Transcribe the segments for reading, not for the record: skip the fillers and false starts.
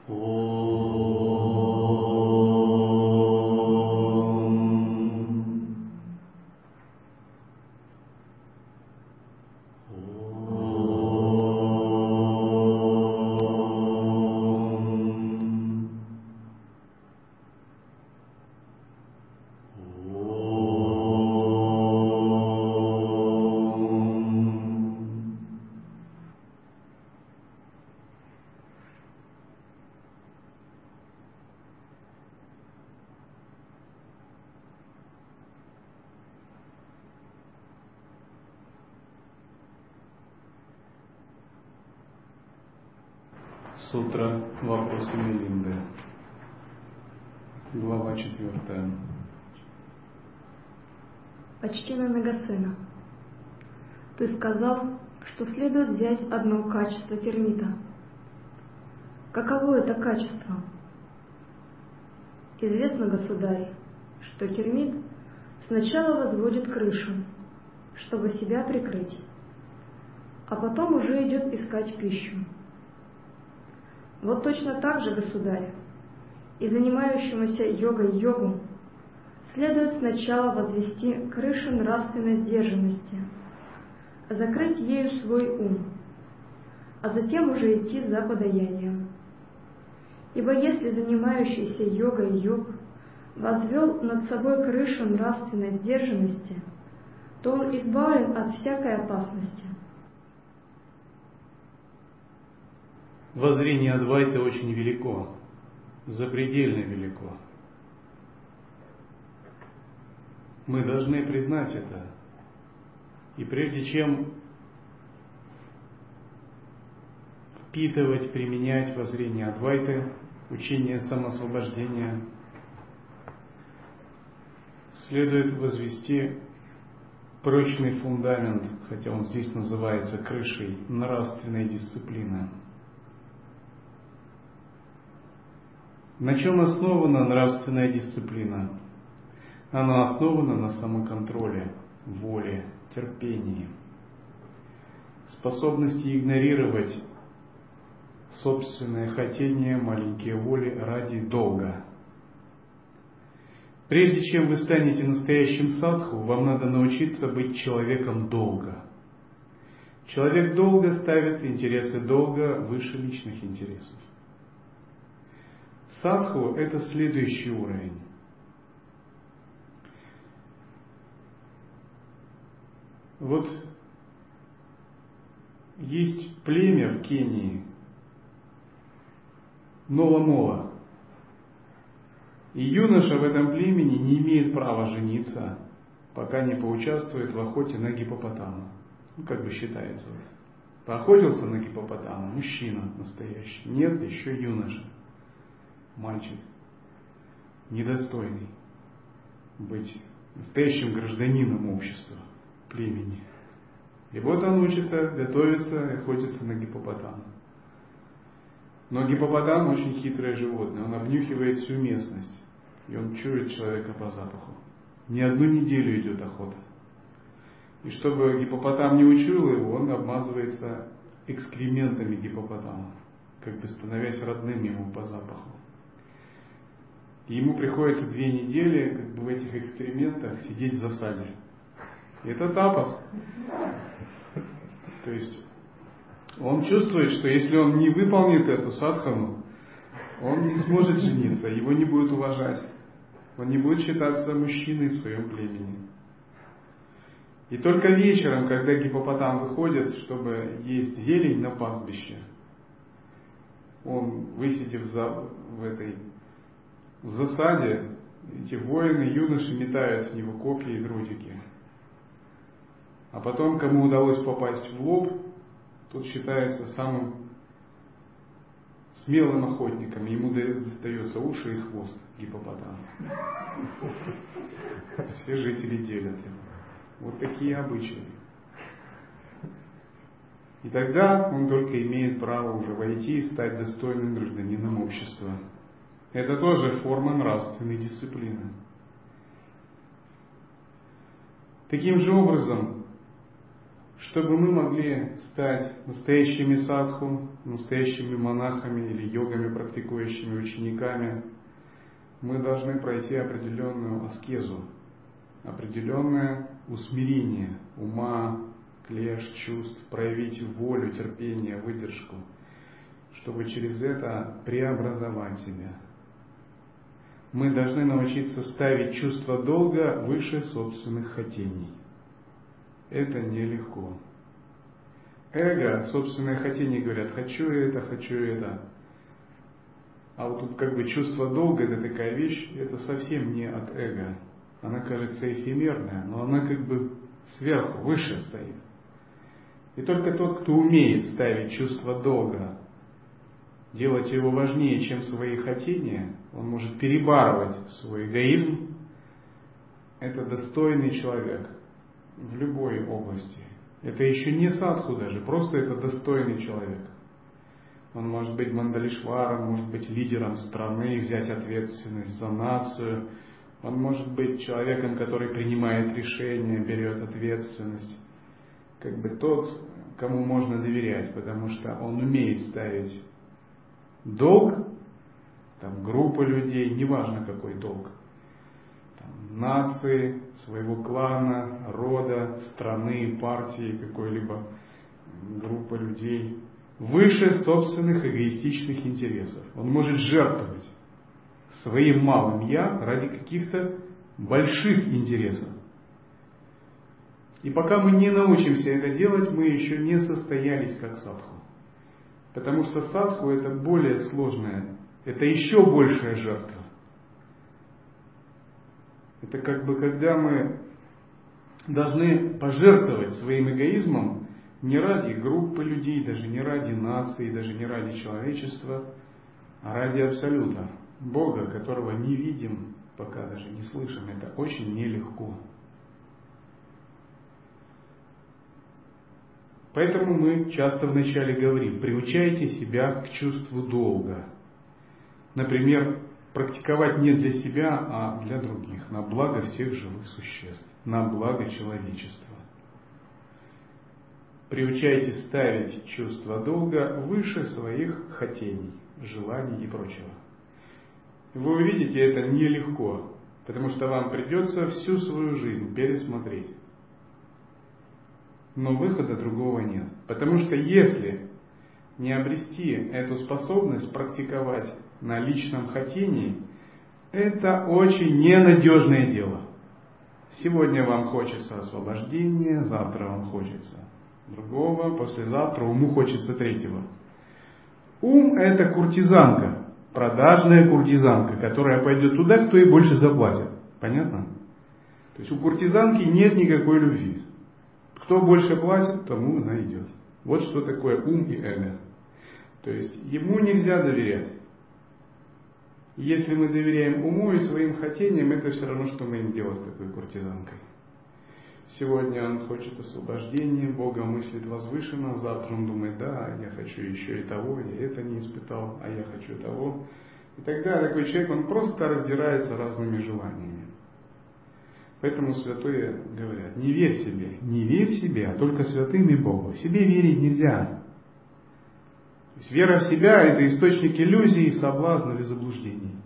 Сутра «Вопросы Милинды», глава 4. Почтенный Нагасена, ты сказал, что следует взять одно качество термита. Каково это качество? Известно, государь, что термит сначала возводит крышу, чтобы себя прикрыть, а потом уже идет искать пищу. Вот точно так же, государь, и занимающемуся йогой йогу следует сначала возвести крышу нравственной сдержанности, закрыть ею свой ум, а затем уже идти за подаянием. Ибо если занимающийся йогой йог возвел над собой крышу нравственной сдержанности, то он избавлен от всякой опасности. Воззрение Адвайты очень велико, запредельно велико. Мы должны признать это. И прежде чем впитывать, применять воззрение Адвайты, учение самоосвобождения, следует возвести прочный фундамент, хотя он здесь называется крышей, нравственной дисциплины. На чем основана нравственная дисциплина? Она основана на самоконтроле, воле, терпении, способности игнорировать собственное хотение, маленькие воли ради долга. Прежде чем вы станете настоящим садху, вам надо научиться быть человеком долга. Человек долга ставит интересы долга выше личных интересов. Садху – это следующий уровень. Вот есть племя в Кении, Нола-Мола. И юноша в этом племени не имеет права жениться, пока не поучаствует в охоте на гиппопотама. Как бы считается. Поохотился на гиппопотама, мужчина настоящий. Нет, еще юноша. Мальчик, недостойный быть настоящим гражданином общества, племени. И вот он учится, готовится и охотится на гиппопотама. Но гиппопотам очень хитрое животное, он обнюхивает всю местность, и он чует человека по запаху. Не одну неделю идет охота. И чтобы гиппопотам не учуял его, он обмазывается экскрементами гиппопотама, как бы становясь родным ему по запаху. И ему приходится 2 недели как бы в этих экспериментах сидеть в засаде. И это тапас. То есть он чувствует, что если он не выполнит эту садхану, он не сможет жениться, его не будут уважать. Он не будет считаться мужчиной в своем племени. И только вечером, когда гиппопотам выходит, чтобы есть зелень на пастбище, он, высидев в засаде, эти воины, юноши метают в него копья и дротики. А потом, кому удалось попасть в лоб, тот считается самым смелым охотником. Ему достается уши и хвост гиппопотама. Все жители делят его. Вот такие обычаи. И тогда он только имеет право уже войти и стать достойным гражданином общества. Это тоже форма нравственной дисциплины. Таким же образом, Чтобы мы могли стать настоящими садху, настоящими монахами или йогами, практикующими учениками, мы должны пройти определенную аскезу, определенное усмирение ума, клеш, чувств, проявить волю, терпение, выдержку, чтобы через это преобразовать себя. Мы должны научиться ставить чувство долга выше собственных хотений. Это нелегко. Эго, собственные хотения говорят: хочу это, хочу это. А вот тут как бы чувство долга — это такая вещь, это совсем не от эго. Она кажется эфемерная, но она как бы сверху, выше стоит. И только тот, кто умеет ставить чувство долга, делать его важнее, чем свои хотения, он может перебарывать свой эгоизм, это достойный человек в любой области. Это еще не садху даже, просто это достойный человек. Он может быть мандалишваром, может быть лидером страны, взять ответственность за нацию. Он может быть человеком, который принимает решения, берет ответственность. Как бы тот, кому можно доверять, потому что он умеет ставить долг, там, группа людей, неважно какой долг, там, нации, своего клана, рода, страны, партии, какой-либо группы людей, выше собственных эгоистичных интересов. Он может жертвовать своим малым «я» ради каких-то больших интересов. И пока мы не научимся это делать, мы еще не состоялись как садху. Потому что садху — это более сложное, это еще большая жертва. Это как бы когда мы должны пожертвовать своим эгоизмом не ради группы людей, даже не ради нации, даже не ради человечества, а ради Абсолюта, Бога, которого не видим, пока даже не слышим. Это очень нелегко. Поэтому мы часто вначале говорим: приучайте себя к чувству долга. Например, практиковать не для себя, а для других, на благо всех живых существ, на благо человечества. Приучайте ставить чувство долга выше своих хотений, желаний и прочего. Вы увидите, это нелегко, потому что вам придется всю свою жизнь пересмотреть. Но выхода другого нет. Потому что если не обрести эту способность практиковать на личном хотении, это очень ненадежное дело. Сегодня вам хочется освобождения, завтра вам хочется другого, послезавтра уму хочется третьего. Ум — это куртизанка, продажная куртизанка, которая пойдет туда, кто ей больше заплатит. Понятно? То есть у куртизанки нет никакой любви. Кто больше платит, тому она идет. Вот что такое ум и эго. То есть ему нельзя доверять. Если мы доверяем уму и своим хотениям, это все равно, что мы им делать с такой куртизанкой. Сегодня он хочет освобождения, Бога мыслит возвышенно, завтра он думает: да, я хочу еще и того, я это не испытал, а я хочу того. И тогда такой человек, он просто раздирается разными желаниями. Поэтому святые говорят: не верь себе, а только святым и Богу. Себе верить нельзя. То есть вера в себя — это источник иллюзий, соблазнов и заблуждений.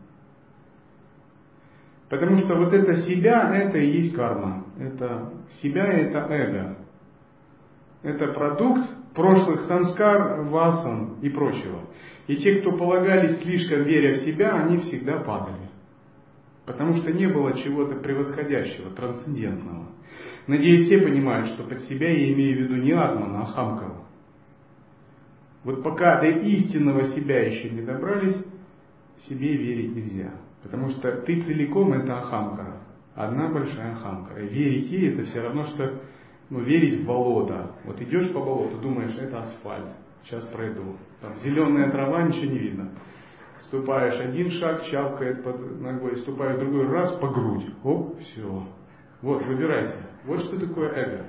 Потому что вот это себя — это и есть карма. Это себя — это эго. Это продукт прошлых самскар, васан и прочего. И те, кто полагались слишком веря в себя, они всегда падали. Потому что не было чего-то превосходящего, трансцендентного. Надеюсь, все понимают, что под себя я имею в виду не Атмана, а Хамкару. Вот пока до истинного себя еще не добрались, себе верить нельзя. Потому что ты целиком — это Ахамкара. Одна большая Ахамкара. И верить ей — это все равно, что верить в болото. Вот идешь по болоту, думаешь: это асфальт, сейчас пройду. Там зеленая трава, ничего не видно. Ступаешь один шаг, чавкает под ногой, ступаешь другой раз по грудь. Оп, все. Вот, выбирайте. Вот что такое эго.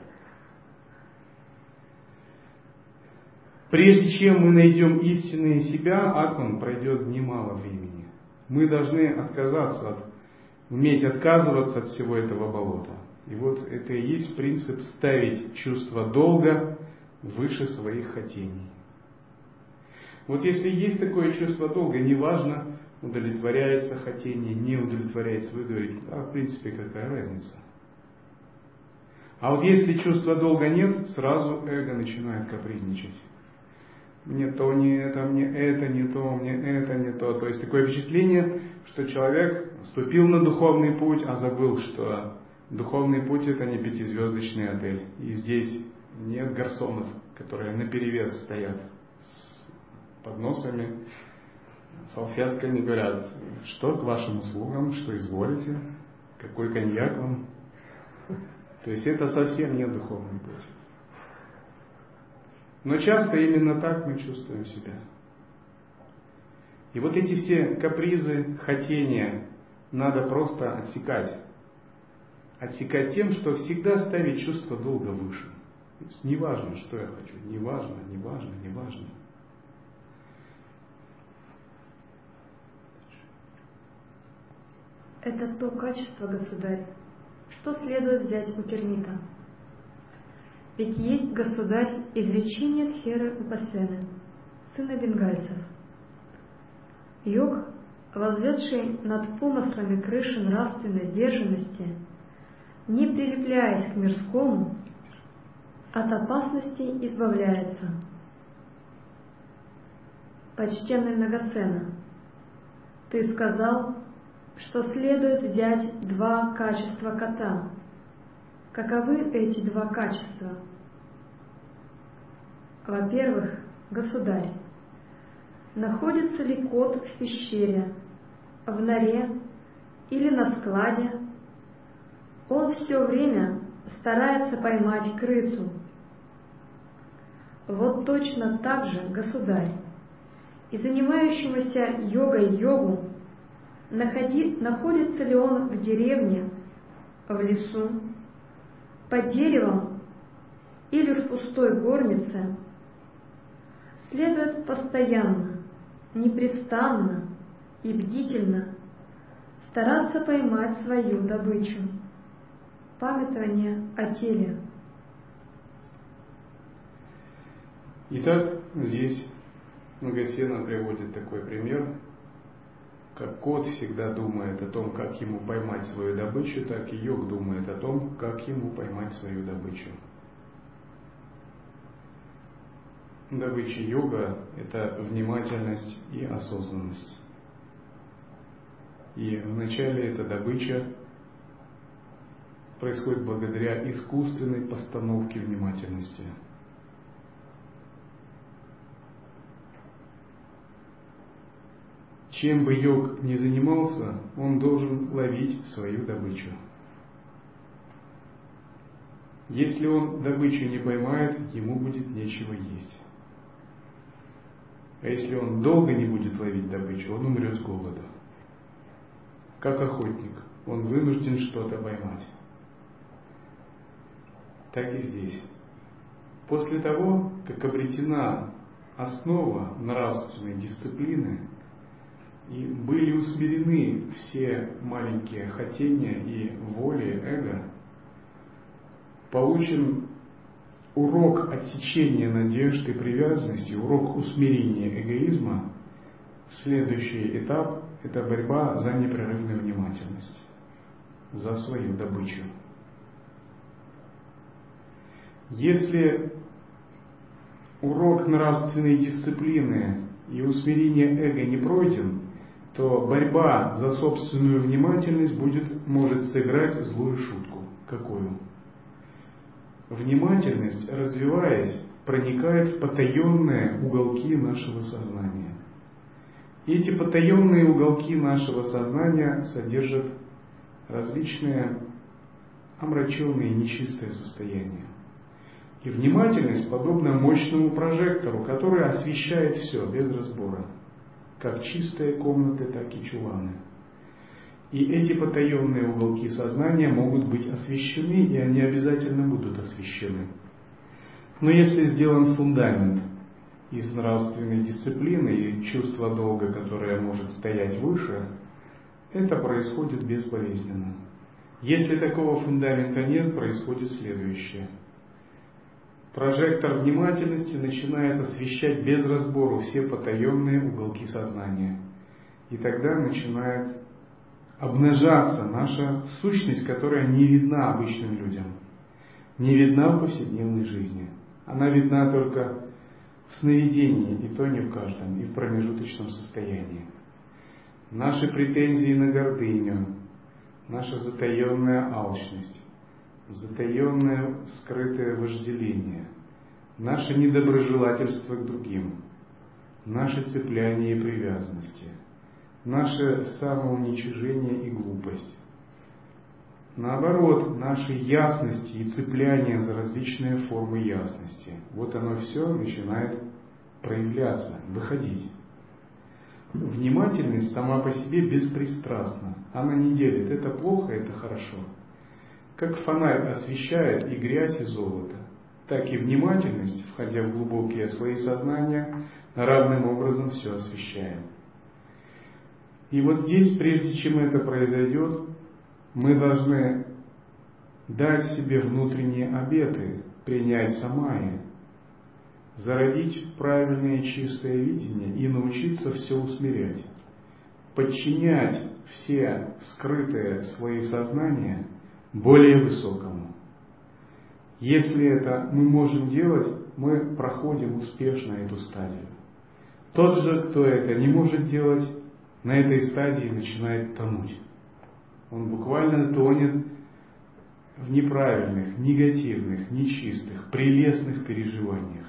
Прежде чем мы найдем истинное себя, Атман, пройдет немало времени. Мы должны уметь отказываться от всего этого болота. И вот это и есть принцип ставить чувство долга выше своих хотений. Вот если есть такое чувство долга, неважно, удовлетворяется хотение, не удовлетворяется, вы говорите, а в принципе какая разница. А вот если чувства долга нет, сразу эго начинает капризничать. Мне то не это, мне это не то, мне это не то. То есть такое впечатление, что человек вступил на духовный путь, а забыл, что духовный путь это не пятизвездочный отель. И здесь нет гарсонов, которые наперевес стоят с подносами, салфетками, говорят, что к вашим услугам, что изволите, какой коньяк вам. То есть это совсем не духовный путь. Но часто именно так мы чувствуем себя. И вот эти все капризы, хотения надо просто отсекать. Отсекать тем, что всегда ставить чувство долга выше. То есть неважно, что я хочу, неважно. Это то качество, государь, что следует взять у термита. Ведь есть государь изречения Дхеры Упасены, сына бенгальцев. Йог, возведший над помыслами крыши нравственной сдержанности, не прилепляясь к мирскому, от опасностей избавляется. Почтенный Нагасена, ты сказал, что следует взять два качества кота. Каковы эти два качества? Во-первых, государь, находится ли кот в пещере, в норе или на складе, он все время старается поймать крысу. Вот точно так же, государь, и занимающемуся йогой йогу, находится ли он в деревне, в лесу, под деревом или в пустой горнице, следует постоянно, непрестанно и бдительно стараться поймать свою добычу. Памятование о теле. Итак, здесь Нагасена приводит такой пример, как кот всегда думает о том, как ему поймать свою добычу, так и йог думает о том, как ему поймать свою добычу. Добыча йога – это внимательность и осознанность. И вначале эта добыча происходит благодаря искусственной постановке внимательности. Чем бы йог ни занимался, он должен ловить свою добычу. Если он добычу не поймает, ему будет нечего есть. А если он долго не будет ловить добычу, он умрет с голоду. Как охотник, он вынужден что-то поймать. Так и здесь. После того, как обретена основа нравственной дисциплины, и были усмирены все маленькие хотения и воли эго, получен урок отсечения надежд и привязанности, урок усмирения эгоизма. Следующий этап – это борьба за непрерывную внимательность, за свою добычу. Если урок нравственной дисциплины и усмирения эго не пройден, то борьба за собственную внимательность может сыграть злую шутку. Какую? Внимательность, развиваясь, проникает в потаенные уголки нашего сознания. И эти потаенные уголки нашего сознания содержат различные омраченные, нечистые состояния. И внимательность подобна мощному прожектору, который освещает все без разбора. Как чистые комнаты, так и чуланы. И эти потаенные уголки сознания могут быть освещены, и они обязательно будут освещены. Но если сделан фундамент из нравственной дисциплины и чувства долга, которое может стоять выше, это происходит безболезненно. Если такого фундамента нет, происходит следующее. Прожектор внимательности начинает освещать без разбору все потаенные уголки сознания. И тогда начинает обнажаться наша сущность, которая не видна обычным людям, не видна в повседневной жизни. Она видна только в сновидении, и то не в каждом, и в промежуточном состоянии. Наши претензии на гордыню, наша затаенная алчность, затаенное скрытое вожделение, наше недоброжелательство к другим, наше цепляние и привязанности, наше самоуничижение и глупость. Наоборот, наши ясности и цепляние за различные формы ясности. Вот оно все начинает проявляться, выходить. Внимательность сама по себе беспристрастна. Она не делит, это плохо, это хорошо. Как фонарь освещает и грязь, и золото, так и внимательность, входя в глубокие слои сознания, равным образом все освещает. И вот здесь, прежде чем это произойдет, мы должны дать себе внутренние обеты, принять самаи, зародить правильное чистое видение и научиться все усмирять, подчинять все скрытые слои сознания более высокому. Если это мы можем делать, мы проходим успешно эту стадию. Тот же, кто это не может делать, на этой стадии начинает тонуть. Он буквально тонет в неправильных, негативных, нечистых, прелестных переживаниях.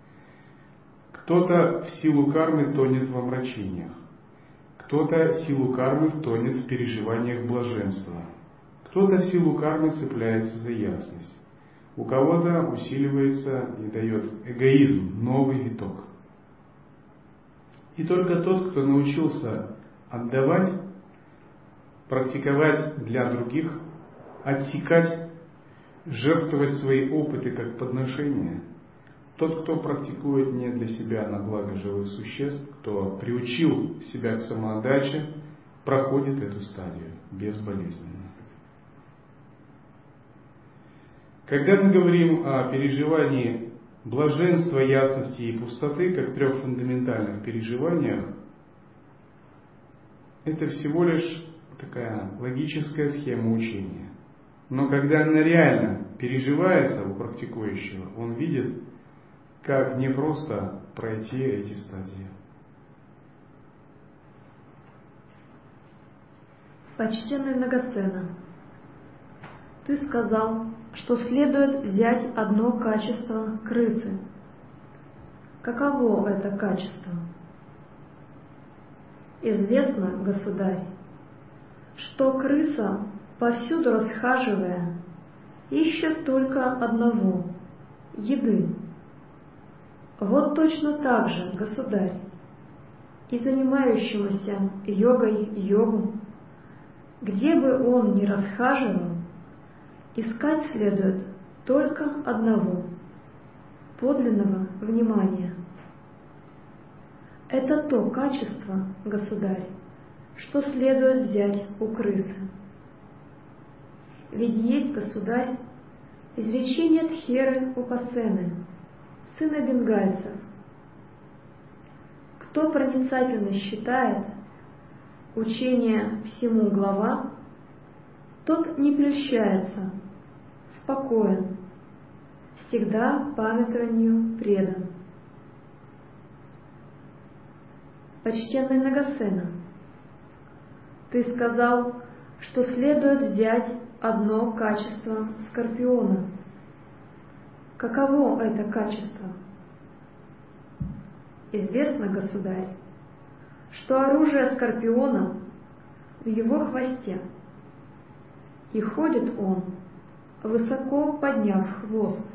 Кто-то в силу кармы тонет в омрачениях, кто-то в силу кармы тонет в переживаниях блаженства, кто-то в силу кармы цепляется за ясность, у кого-то усиливается и дает эгоизм, новый виток. И только тот, кто научился отдавать, практиковать для других, отсекать, жертвовать свои опыты как подношение, тот, кто практикует не для себя на благо живых существ, кто приучил себя к самоотдаче, проходит эту стадию безболезненно. Когда мы говорим о переживании блаженства, ясности и пустоты, как трех фундаментальных переживаниях, это всего лишь такая логическая схема учения. Но когда она реально переживается у практикующего, он видит, как не просто пройти эти стадии. Почтенный Нагасена, ты сказал, что следует взять одно качество крысы. Каково это качество? Известно, государь, что крыса, повсюду расхаживая, ищет только одного – еды. Вот точно так же, государь, и занимающемуся йогой йогу, где бы он ни расхаживал, искать следует только одного – подлинного внимания. Это то качество, государь, что следует взять у крысы. Ведь есть, государь, изречение Тхеры Упасены, сына бенгальцев. Кто проницательно считает учение всему глава, тот не прельщается, спокоен, всегда памятованию предан. Почтенный Нагасена, ты сказал, что следует взять одно качество скорпиона. Каково это качество? Известно, государь, что оружие скорпиона в его хвосте, и ходит он, высоко подняв хвост.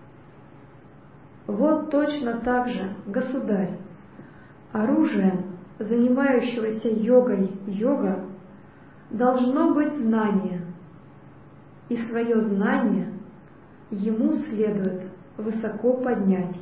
Вот точно так же, государь, оружием занимающегося йогой йога должно быть знание, и свое знание ему следует высоко поднять.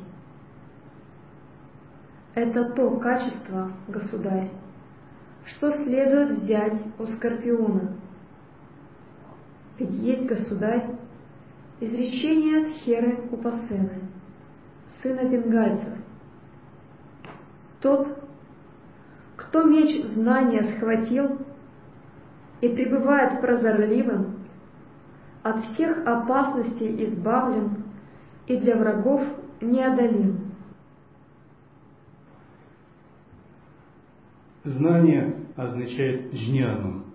Это то качество, государь, что следует взять у скорпиона. ведь есть государь, изречение от Херы Упасены, сына бенгальцев. Тот, кто меч знания схватил и пребывает прозорливым, от всех опасностей избавлен и для врагов неодолим. Знание означает джняну.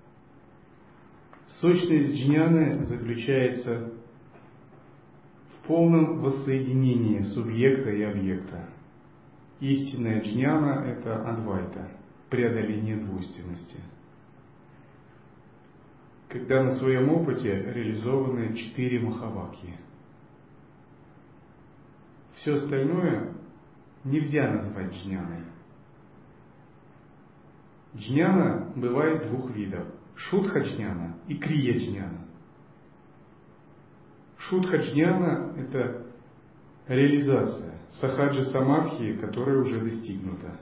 Сущность джняны заключается в полном воссоединении субъекта и объекта. Истинная джняна – это адвайта, преодоление двойственности. Когда на своем опыте реализованы 4 махавакьи. Все остальное нельзя назвать джняной. Джняна бывает 2 видов – шудха-джняна и крия-джняна. Шудха-джняна – это реализация сахаджа-самадхи, которая уже достигнута.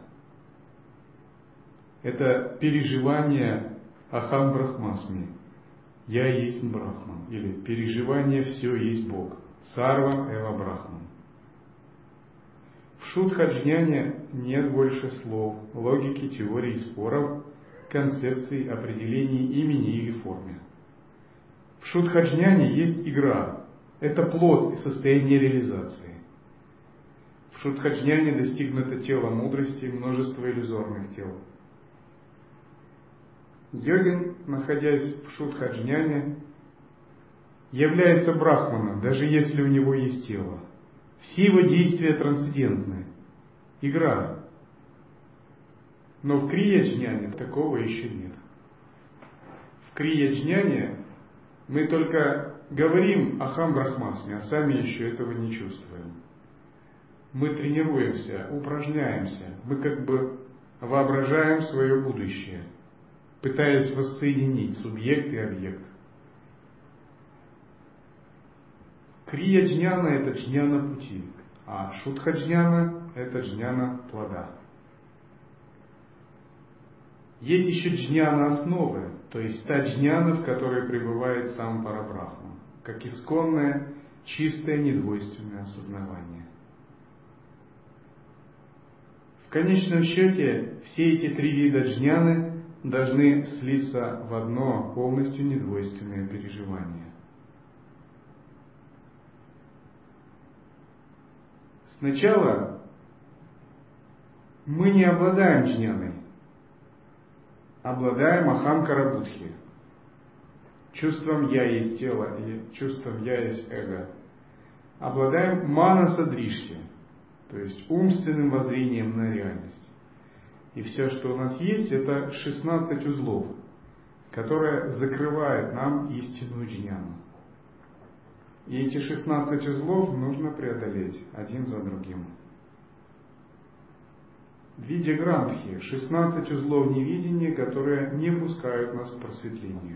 Это переживание ахам-брахмасми, я есть Брахман, или переживание все есть Бог, сарва эва Брахман. В шудха-джняне нет больше слов, логики, теорий, споров, концепций, определений имени или формы. В шудха-джняне есть игра. Это плод и состояние реализации. В шудха-джняне достигнуто тело мудрости и множество иллюзорных тел. Йогин, находясь в шудха-джняне, является брахманом, даже если у него есть тело. Все его действия трансцендентны. Игра. Но в крия-джняне такого еще нет. В крия-джняне мы только говорим ахам брахмасме, а сами еще этого не чувствуем. Мы тренируемся, упражняемся, мы как бы воображаем свое будущее, пытаясь воссоединить субъект и объект. Крия-джняна – это джняна пути, а шудха-джняна – это джняна плода. Есть еще джняна основы, то есть та джняна, в которой пребывает сам Парабрахма, как исконное, чистое, недвойственное осознавание. В конечном счете, все эти 3 вида джняны должны слиться в одно полностью недвойственное переживание. Сначала мы не обладаем джняной, обладаем ахам-карабудхи, чувством «я есть тело» или чувством «я есть эго». Обладаем манаса-дришти, то есть умственным воззрением на реальность. И все, что у нас есть, это 16 узлов, которые закрывают нам истинную джняну. И эти 16 узлов нужно преодолеть один за другим. В виде грантхи 16 узлов невидения, которые не пускают нас к просветлению.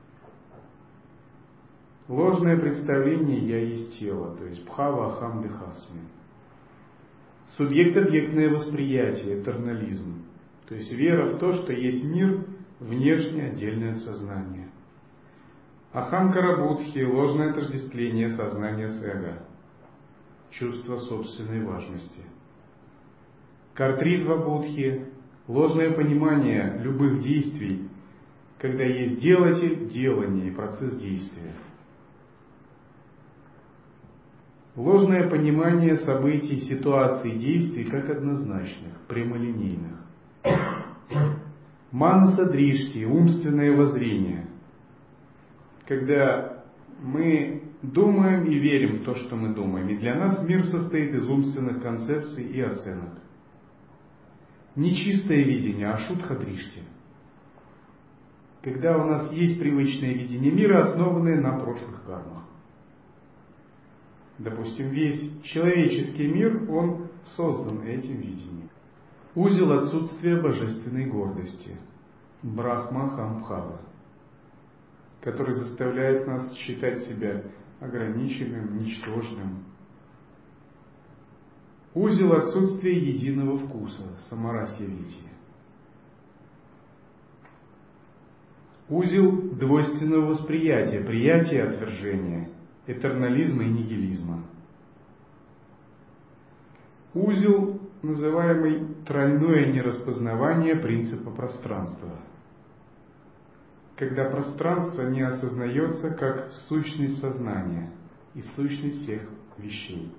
Ложное представление «я есть тело», то есть бхава ахам дехасми. Субъект-объектное восприятие, этернализм, то есть вера в то, что есть мир внешне отдельное от сознания. Ахам-карабудхи – ложное отождествление сознания с эго, чувство собственной важности. Картридва-будхи – ложное понимание любых действий, когда есть делатель, делание и процесс действия. Ложное понимание событий, ситуаций, действий как однозначных, прямолинейных. Манаса-дришти – умственное воззрение, когда мы думаем и верим в то, что мы думаем, и для нас мир состоит из умственных концепций и оценок. Не чистое видение, а шудха-дришти. Когда у нас есть привычное видение мира, основанное на прошлых кармах. Допустим, весь человеческий мир, он создан этим видением. Узел отсутствия божественной гордости, брахма-хамбхава, который заставляет нас считать себя ограниченным, ничтожным. Узел отсутствия единого вкуса, самарасья-вити. Узел двойственного восприятия, приятия и отвержения, этернализма и нигилизма. Узел, называемый тройное нераспознавание принципа пространства, когда пространство не осознается как сущность сознания и сущность всех вещей.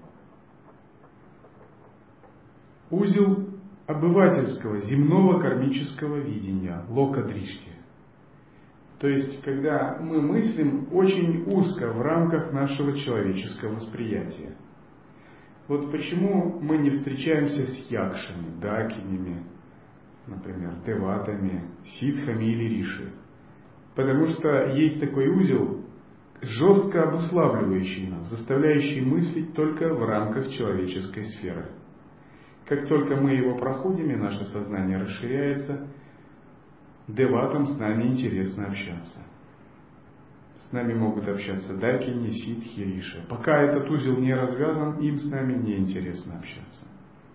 Узел обывательского, земного кармического видения, лока-дришти. То есть, когда мы мыслим очень узко в рамках нашего человеческого восприятия. Вот почему мы не встречаемся с якшами, дакинями, например, деватами, ситхами или риши. Потому что есть такой узел, жестко обуславливающий нас, заставляющий мыслить только в рамках человеческой сферы. Как только мы его проходим и наше сознание расширяется, деватам с нами интересно общаться. С нами могут общаться дакини, ситхи, риши. Пока этот узел не развязан, им с нами не интересно общаться.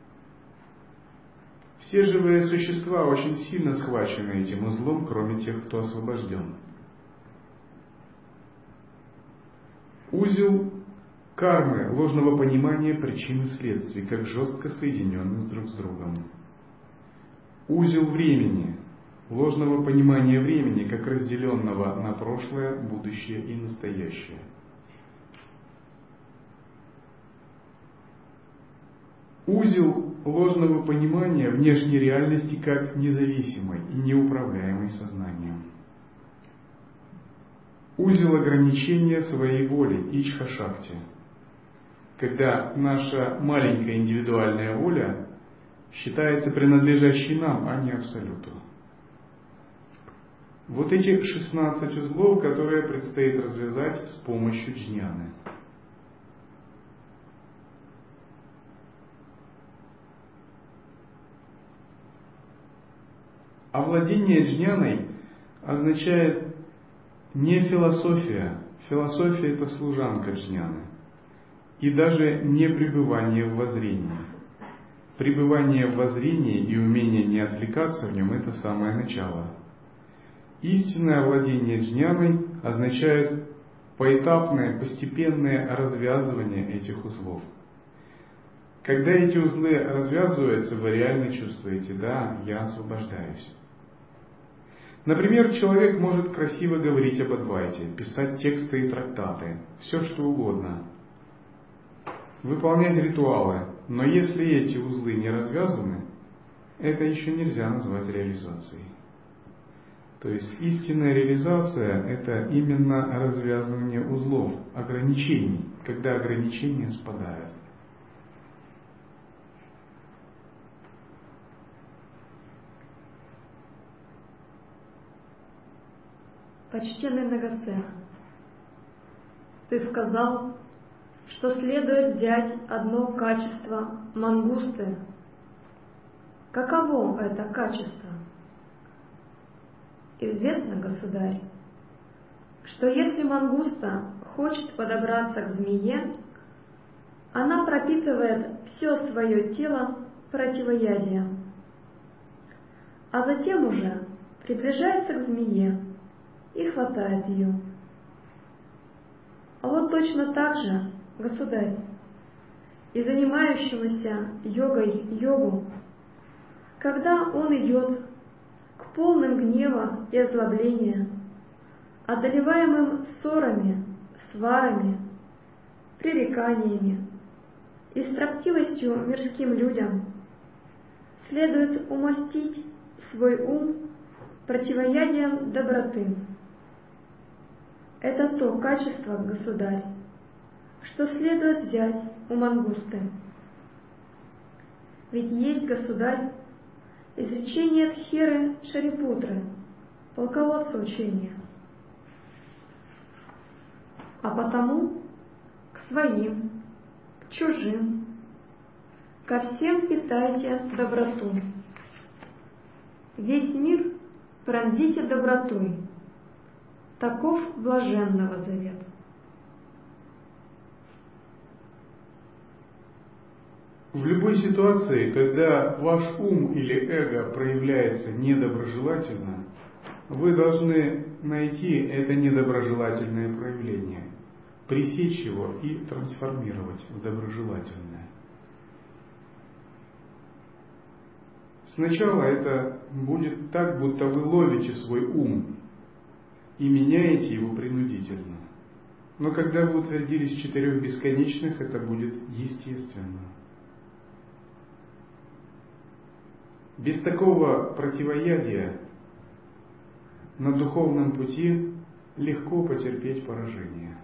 Все живые существа очень сильно схвачены этим узлом, кроме тех, кто освобожден. Узел кармы, ложного понимания причин и следствий, как жестко соединенных друг с другом. Узел времени, ложного понимания времени, как разделенного на прошлое, будущее и настоящее. Узел ложного понимания внешней реальности как независимой и неуправляемой сознанием. Узел ограничения своей воли, ичха-шакти, когда наша маленькая индивидуальная воля считается принадлежащей нам, а не абсолюту. Вот эти 16 узлов, которые предстоит развязать с помощью джняны. Овладение джняной означает не философия. Философия – это служанка джняны. И даже не пребывание в воззрении. Пребывание в воззрении и умение не отвлекаться в нем – это самое начало. Истинное овладение джняной означает поэтапное, постепенное развязывание этих узлов. Когда эти узлы развязываются, вы реально чувствуете: да, я освобождаюсь. Например, человек может красиво говорить об Адвайте, писать тексты и трактаты, все что угодно, выполнять ритуалы, но если эти узлы не развязаны, это еще нельзя назвать реализацией. То есть истинная реализация – это именно развязывание узлов, ограничений, когда ограничения спадают. Почтенный Нагасена, ты сказал, что следует взять одно качество мангусты. Каково это качество? Известно, государь, что если мангуста хочет подобраться к змее, она пропитывает все свое тело противоядием, а затем уже приближается к змее и хватает ее. А вот точно так же, государь, и занимающемуся йогой йогу, когда он идет к полным гнева и озлобления, одолеваемым ссорами, сварами, пререканиями и строптивостью мирским людям, следует умастить свой ум противоядием доброты. Это то качество, государь, что следует взять у мангусты. Ведь есть, государь, изречение Дхиры Шарипутры, полководца учения. А потому к своим, к чужим, ко всем питайте доброту. Весь мир пронзите добротой. Таков блаженного завет. В любой ситуации, когда ваш ум или эго проявляется недоброжелательно, вы должны найти это недоброжелательное проявление, пресечь его и трансформировать в доброжелательное. Сначала это будет так, будто вы ловите свой ум и меняете его принудительно. Но когда вы утвердились в 4 бесконечных, это будет естественно. Без такого противоядия на духовном пути легко потерпеть поражение.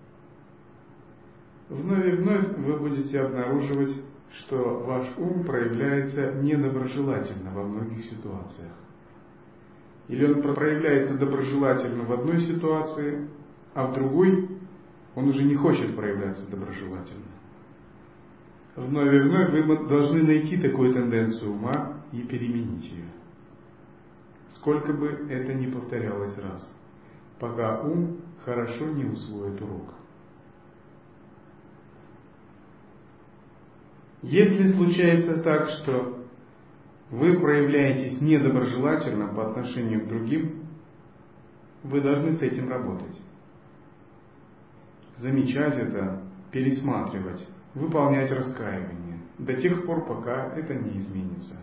Вновь и вновь вы будете обнаруживать, что ваш ум проявляется недоброжелательно во многих ситуациях. Или он проявляется доброжелательно в одной ситуации, а в другой он уже не хочет проявляться доброжелательно. Вновь и вновь вы должны найти такую тенденцию ума и переменить ее. Сколько бы это ни повторялось раз, пока ум хорошо не усвоит урок. Если случается так, что вы проявляетесь недоброжелательно по отношению к другим, вы должны с этим работать. Замечать это, пересматривать, выполнять раскаивание до тех пор, пока это не изменится.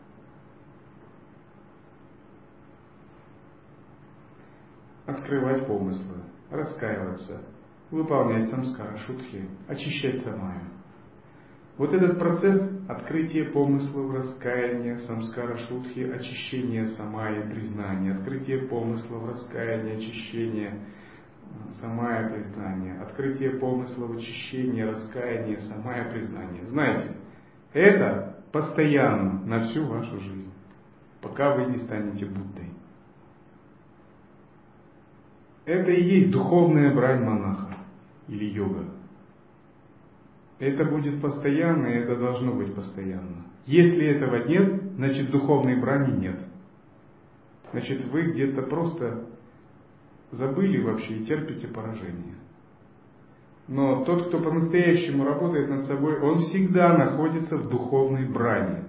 Открывать помыслы, раскаиваться, выполнять самскара шутхи, очищать самаю. Вот этот процесс открытия помыслов, раскаяния, самскара шутхи, очищения самая, признания, открытие помыслов, раскаяния, очищения, самая, признание, открытие помыслов, очищения, раскаяния, самая, признание. Знаете, это постоянно на всю вашу жизнь, пока вы не станете Буддой. Это и есть духовная брань монаха или йога. Это будет постоянно, и это должно быть постоянно. Если этого нет, значит духовной брани нет. Значит вы где-то просто забыли вообще и терпите поражение. Но тот, кто по-настоящему работает над собой, он всегда находится в духовной брани.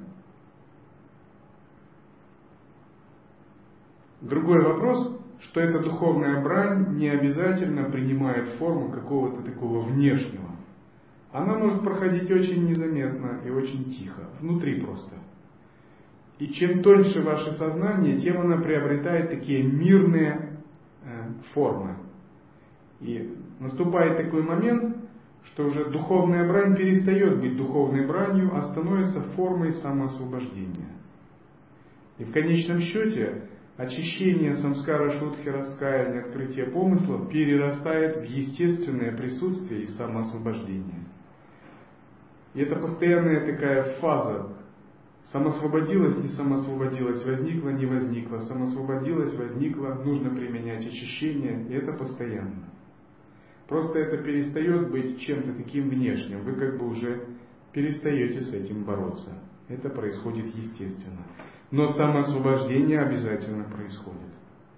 Другой вопрос, что эта духовная брань не обязательно принимает форму какого-то такого внешнего. Она может проходить очень незаметно и очень тихо, внутри просто. И чем тоньше ваше сознание, тем она приобретает такие мирные формы. И наступает такой момент, что уже духовная брань перестает быть духовной бранью, а становится формой самоосвобождения. И в конечном счете очищение самскара шутхи, раскаяния, открытие помыслов перерастает в естественное присутствие и самоосвобождение. И это постоянная такая фаза. Самосвободилась, не самосвободилась, возникла, не возникла, самосвободилась, возникла, нужно применять очищение, и это постоянно. Просто это перестает быть чем-то таким внешним, вы как бы уже перестаете с этим бороться. Это происходит естественно. Но самоосвобождение обязательно происходит.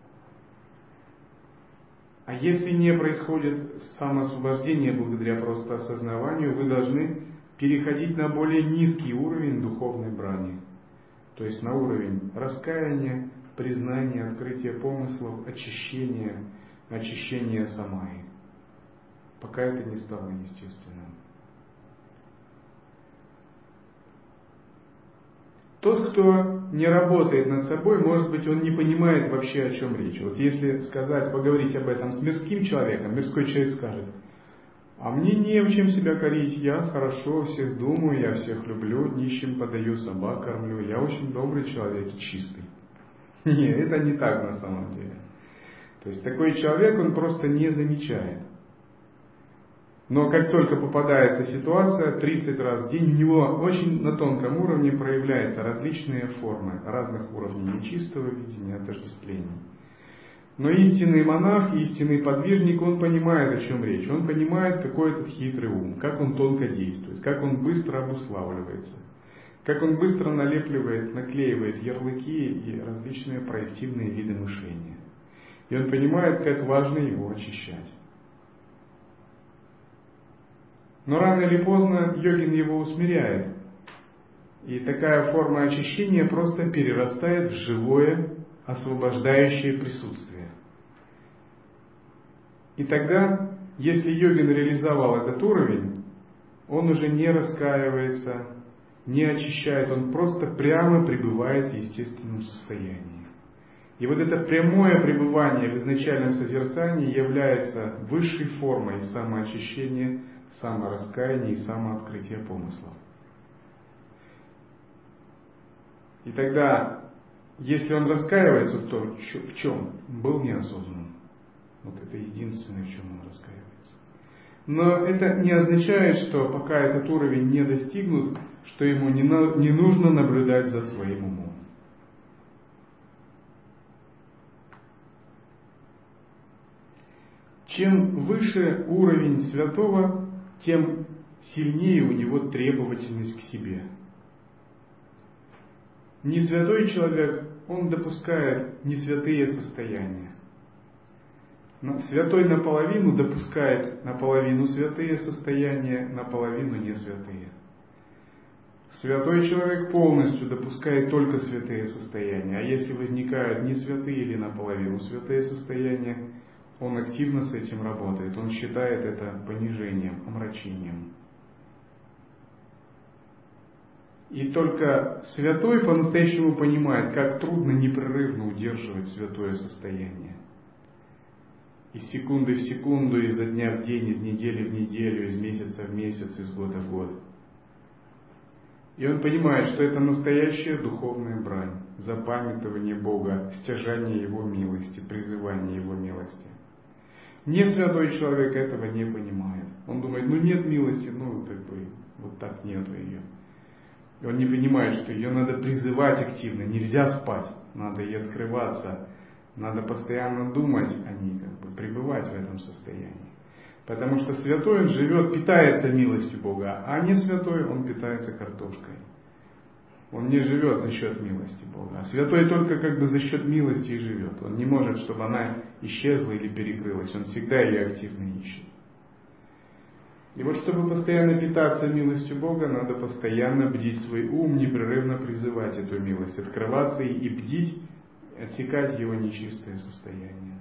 А если не происходит самоосвобождение благодаря просто осознаванию, вы должны переходить на более низкий уровень духовной брани. То есть на уровень раскаяния, признания, открытия помыслов, очищения, очищения самаи. Пока это не стало естественным. Тот, кто не работает над собой, может быть, он не понимает вообще, о чем речь. Вот если сказать, поговорить об этом с мирским человеком, мирской человек скажет: а мне не в чем себя корить, я хорошо о всех думаю, я всех люблю, нищим подаю, собак кормлю, я очень добрый человек и чистый. Нет, это не так на самом деле. То есть такой человек, он просто не замечает. Но как только попадается ситуация, 30 раз в день, у него очень на тонком уровне проявляются различные формы разных уровней нечистого видения, отождествлений. Но истинный монах, истинный подвижник, он понимает, о чем речь. Он понимает, какой этот хитрый ум, как он тонко действует, как он быстро обуславливается, как он быстро налепливает, наклеивает ярлыки и различные проективные виды мышления. И он понимает, как важно его очищать. Но рано или поздно йогин его усмиряет. И такая форма очищения просто перерастает в живое освобождающее присутствие. И тогда, если йогин реализовал этот уровень, он уже не раскаивается, не очищает, он просто прямо пребывает в естественном состоянии. И вот это прямое пребывание в изначальном созерцании является высшей формой самоочищения, самораскаяния и самооткрытия помыслов. И тогда, если он раскаивается в том, в чем был неосознан, вот это единственное, в чем он раскаивается. Но это не означает, что пока этот уровень не достигнут, что ему не нужно наблюдать за своим умом. Чем выше уровень святого, тем сильнее у него требовательность к себе. Несвятой человек, он допускает несвятые состояния. Но святой наполовину допускает наполовину святые состояния, наполовину несвятые. Святой человек полностью допускает только святые состояния, а если возникают несвятые или наполовину святые состояния, он активно с этим работает, он считает это понижением, омрачением. И только святой по-настоящему понимает, как трудно непрерывно удерживать святое состояние. Из секунды в секунду, изо дня в день, из недели в неделю, из месяца в месяц, из года в год. И он понимает, что это настоящая духовная брань, запамятование Бога, стяжание Его милости, призывание Его милости. Несвятой человек этого не понимает. Он думает, нет милости, вот так нету ее. И он не понимает, что ее надо призывать активно, нельзя спать, надо ей открываться, надо постоянно думать о ней, пребывать в этом состоянии. Потому что святой он живет, питается милостью Бога, а не святой он питается картошкой. Он не живет за счет милости Бога, а святой только за счет милости и живет. Он не может, чтобы она исчезла или перекрылась, он всегда ее активно ищет. И вот чтобы постоянно питаться милостью Бога, надо постоянно бдить свой ум, непрерывно призывать эту милость, открываться и бдить, отсекать его нечистое состояние.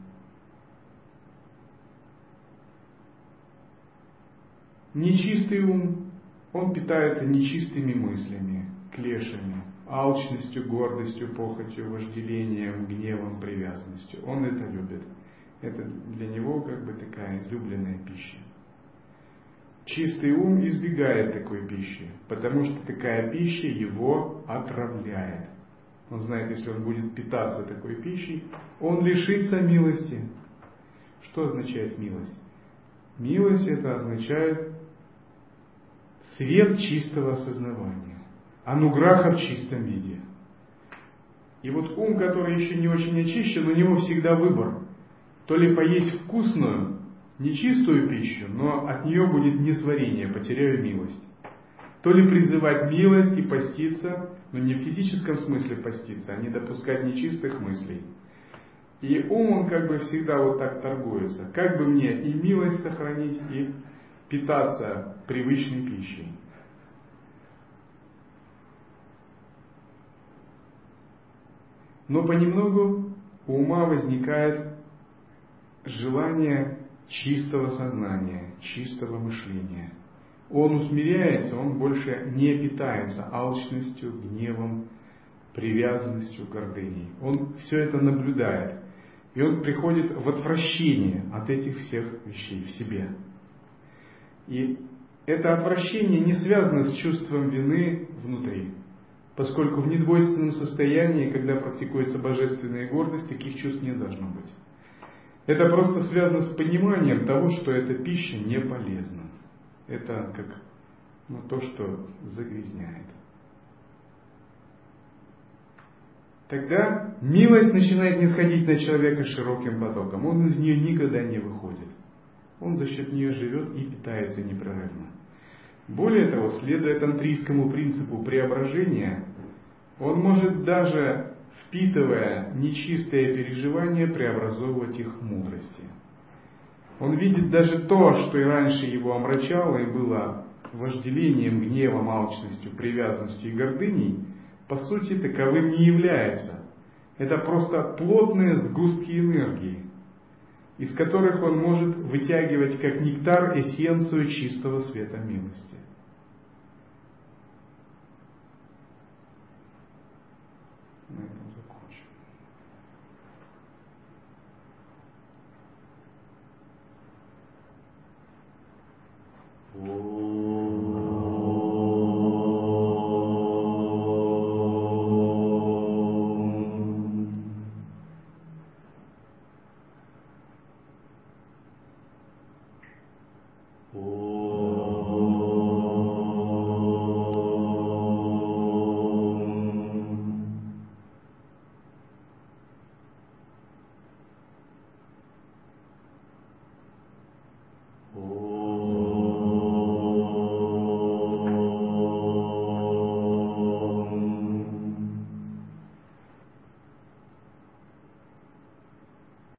Нечистый ум, он питается нечистыми мыслями, клешами, алчностью, гордостью, похотью, вожделением, гневом, привязанностью. Он это любит. Это для него такая излюбленная пища. Чистый ум избегает такой пищи, потому что такая пища его отравляет. Он знает, если он будет питаться такой пищей, он лишится милости. Что означает милость? Милость это означает свет чистого осознавания, ануграха в чистом виде. И вот ум, который еще не очень очищен, у него всегда выбор. То ли поесть вкусную, нечистую пищу, но от нее будет несварение, потеряю милость. То ли призывать милость и поститься, но не в физическом смысле поститься, а не допускать нечистых мыслей. И ум, он всегда вот так торгуется. Как бы мне и милость сохранить, и питаться привычной пищей. Но понемногу у ума возникает желание чистого сознания, чистого мышления. Он усмиряется, он больше не питается алчностью, гневом, привязанностью, гордыней. Он все это наблюдает. И он приходит в отвращение от этих всех вещей в себе. И это отвращение не связано с чувством вины внутри. Поскольку в недвойственном состоянии, когда практикуется божественная гордость, таких чувств не должно быть. Это просто связано с пониманием того, что эта пища не полезна. Это как то, что загрязняет. Тогда милость начинает нисходить на человека широким потоком. Он из нее никогда не выходит. Он за счет нее живет и питается непрерывно. Более того, следуя тантрийскому принципу преображения, он может даже, впитывая нечистые переживания, преобразовывать их в мудрости. Он видит даже то, что и раньше его омрачало и было вожделением, гневом, алчностью, привязанностью и гордыней, по сути таковым не является. Это просто плотные сгустки энергии, из которых он может вытягивать как нектар эссенцию чистого света милости.